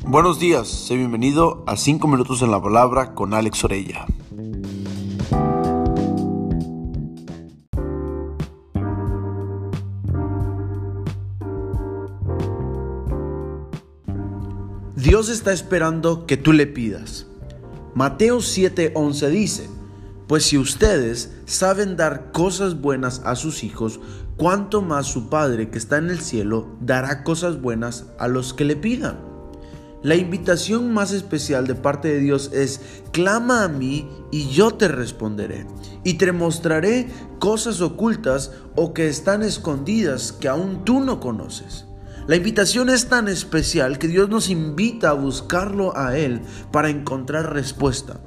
Buenos días, sé bienvenido a 5 minutos en la palabra con Alex Orella. Dios está esperando que tú le pidas. Mateo 7:11 dice: pues si ustedes saben dar cosas buenas a sus hijos, ¿cuánto más su Padre que está en el cielo dará cosas buenas a los que le pidan? La invitación más especial de parte de Dios es: clama a mí y yo te responderé, y te mostraré cosas ocultas o que están escondidas que aún tú no conoces. La invitación es tan especial que Dios nos invita a buscarlo a Él para encontrar respuesta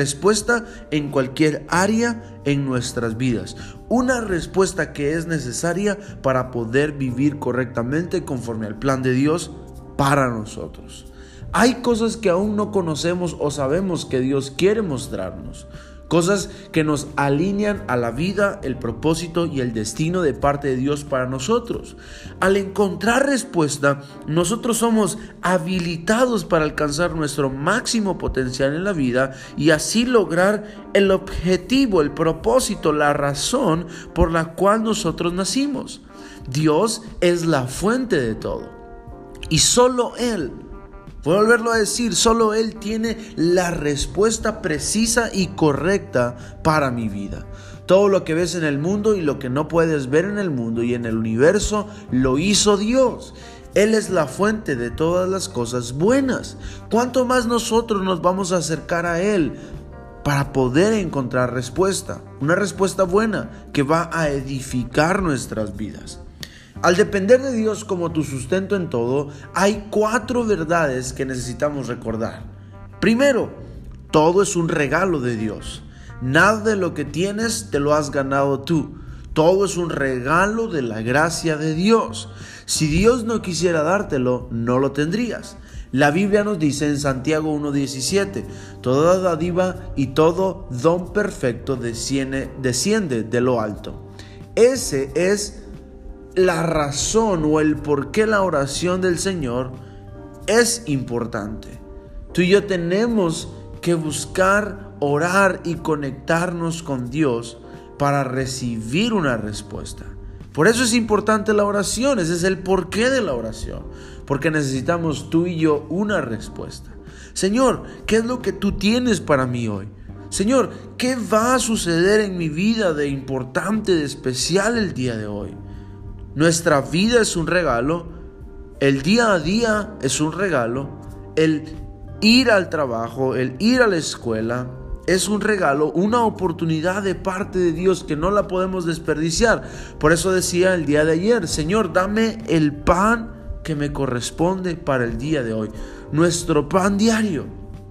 en cualquier área en nuestras vidas. Una respuesta que es necesaria para poder vivir correctamente conforme al plan de Dios para nosotros. Hay cosas que aún no conocemos o sabemos que Dios quiere mostrarnos. Cosas que nos alinean a la vida, el propósito y el destino de parte de Dios para nosotros. Al encontrar respuesta, nosotros somos habilitados para alcanzar nuestro máximo potencial en la vida y así lograr el objetivo, el propósito, la razón por la cual nosotros nacimos. Dios es la fuente de todo y solo Él, puedo volverlo a decir, solo Él tiene la respuesta precisa y correcta para mi vida. Todo lo que ves en el mundo y lo que no puedes ver en el mundo y en el universo lo hizo Dios. Él es la fuente de todas las cosas buenas. ¿Cuánto más nosotros nos vamos a acercar a Él para poder encontrar respuesta? Una respuesta buena que va a edificar nuestras vidas. Al depender de Dios como tu sustento en todo, hay 4 verdades que necesitamos recordar. Primero, todo es un regalo de Dios. Nada de lo que tienes te lo has ganado tú. Todo es un regalo de la gracia de Dios. Si Dios no quisiera dártelo, no lo tendrías. La Biblia nos dice en Santiago 1:17: toda dádiva y todo don perfecto desciende de lo alto. Ese es la razón o el por qué la oración del Señor es importante. Tú y yo tenemos que buscar, orar y conectarnos con Dios para recibir una respuesta. Por eso es importante la oración. Ese es el porqué de la oración, porque necesitamos tú y yo una respuesta. Señor, ¿qué es lo que tú tienes para mí hoy? Señor, ¿qué va a suceder en mi vida de importante, de especial el día de hoy? Nuestra vida es un regalo, el día a día es un regalo, el ir al trabajo, el ir a la escuela es un regalo, una oportunidad de parte de Dios que no la podemos desperdiciar. Por eso decía el día de ayer: Señor, dame el pan que me corresponde para el día de hoy, nuestro pan diario.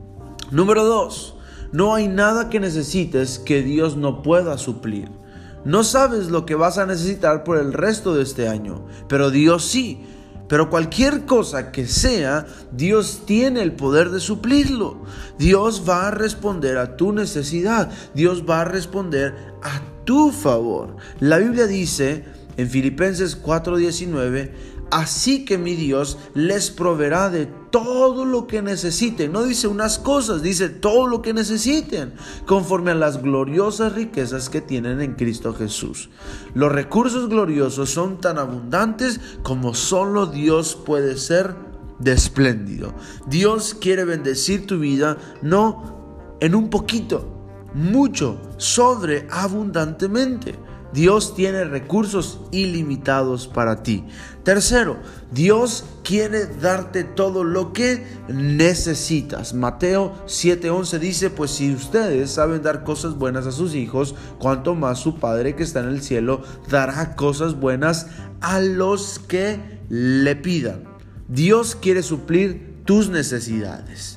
Número 2, no hay nada que necesites que Dios no pueda suplir. No sabes lo que vas a necesitar por el resto de este año, pero Dios sí. Pero cualquier cosa que sea, Dios tiene el poder de suplirlo. Dios va a responder a tu necesidad. Dios va a responder a tu favor. La Biblia dice en Filipenses 4:19: así que mi Dios les proveerá de todo lo que necesiten. No dice unas cosas, dice todo lo que necesiten, conforme a las gloriosas riquezas que tienen en Cristo Jesús. Los recursos gloriosos son tan abundantes como solo Dios puede ser de espléndido. Dios quiere bendecir tu vida, no en un poquito, mucho, sobreabundantemente. Dios tiene recursos ilimitados para ti. Tercero, Dios quiere darte todo lo que necesitas. Mateo 7:11 dice: pues si ustedes saben dar cosas buenas a sus hijos, cuánto más su Padre que está en el cielo dará cosas buenas a los que le pidan. Dios quiere suplir tus necesidades.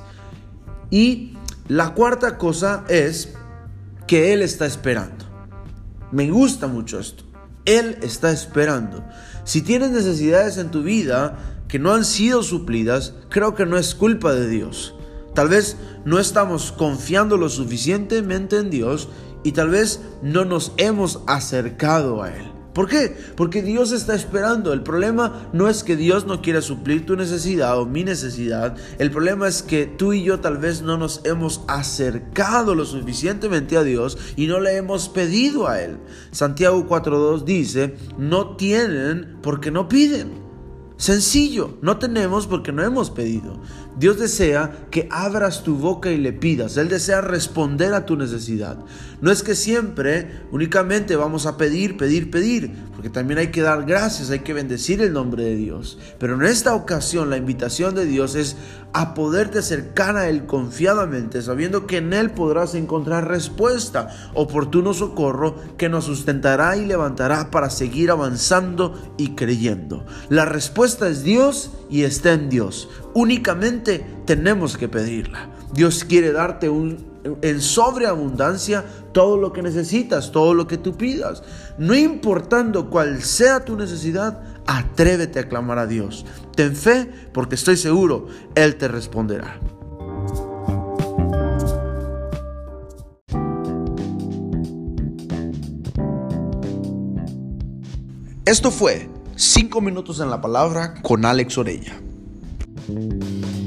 Y la cuarta cosa es que Él está esperando. Me gusta mucho esto. Él está esperando. Si tienes necesidades en tu vida que no han sido suplidas, creo que no es culpa de Dios. Tal vez no estamos confiando lo suficientemente en Dios y tal vez no nos hemos acercado a Él. ¿Por qué? Porque Dios está esperando. El problema no es que Dios no quiera suplir tu necesidad o mi necesidad. El problema es que tú y yo tal vez no nos hemos acercado lo suficientemente a Dios y no le hemos pedido a Él. Santiago 4:2 dice, no tienen porque no piden. Sencillo, no tenemos porque no hemos pedido. Dios desea que abras tu boca y le pidas. Él desea responder a tu necesidad. No es que siempre únicamente vamos a pedir, porque también hay que dar gracias, hay que bendecir el nombre de Dios. Pero en esta ocasión la invitación de Dios es a poderte acercar a Él confiadamente, sabiendo que en Él podrás encontrar respuesta, oportuno socorro que nos sustentará y levantará para seguir avanzando y creyendo. La respuesta es Dios y está en Dios. Únicamente tenemos que pedirla. Dios quiere darte en sobreabundancia todo lo que necesitas, todo lo que tú pidas. No importando cuál sea tu necesidad, atrévete a clamar a Dios. Ten fe, porque estoy seguro, Él te responderá. Esto fue 5 minutos en la palabra con Alex Orella.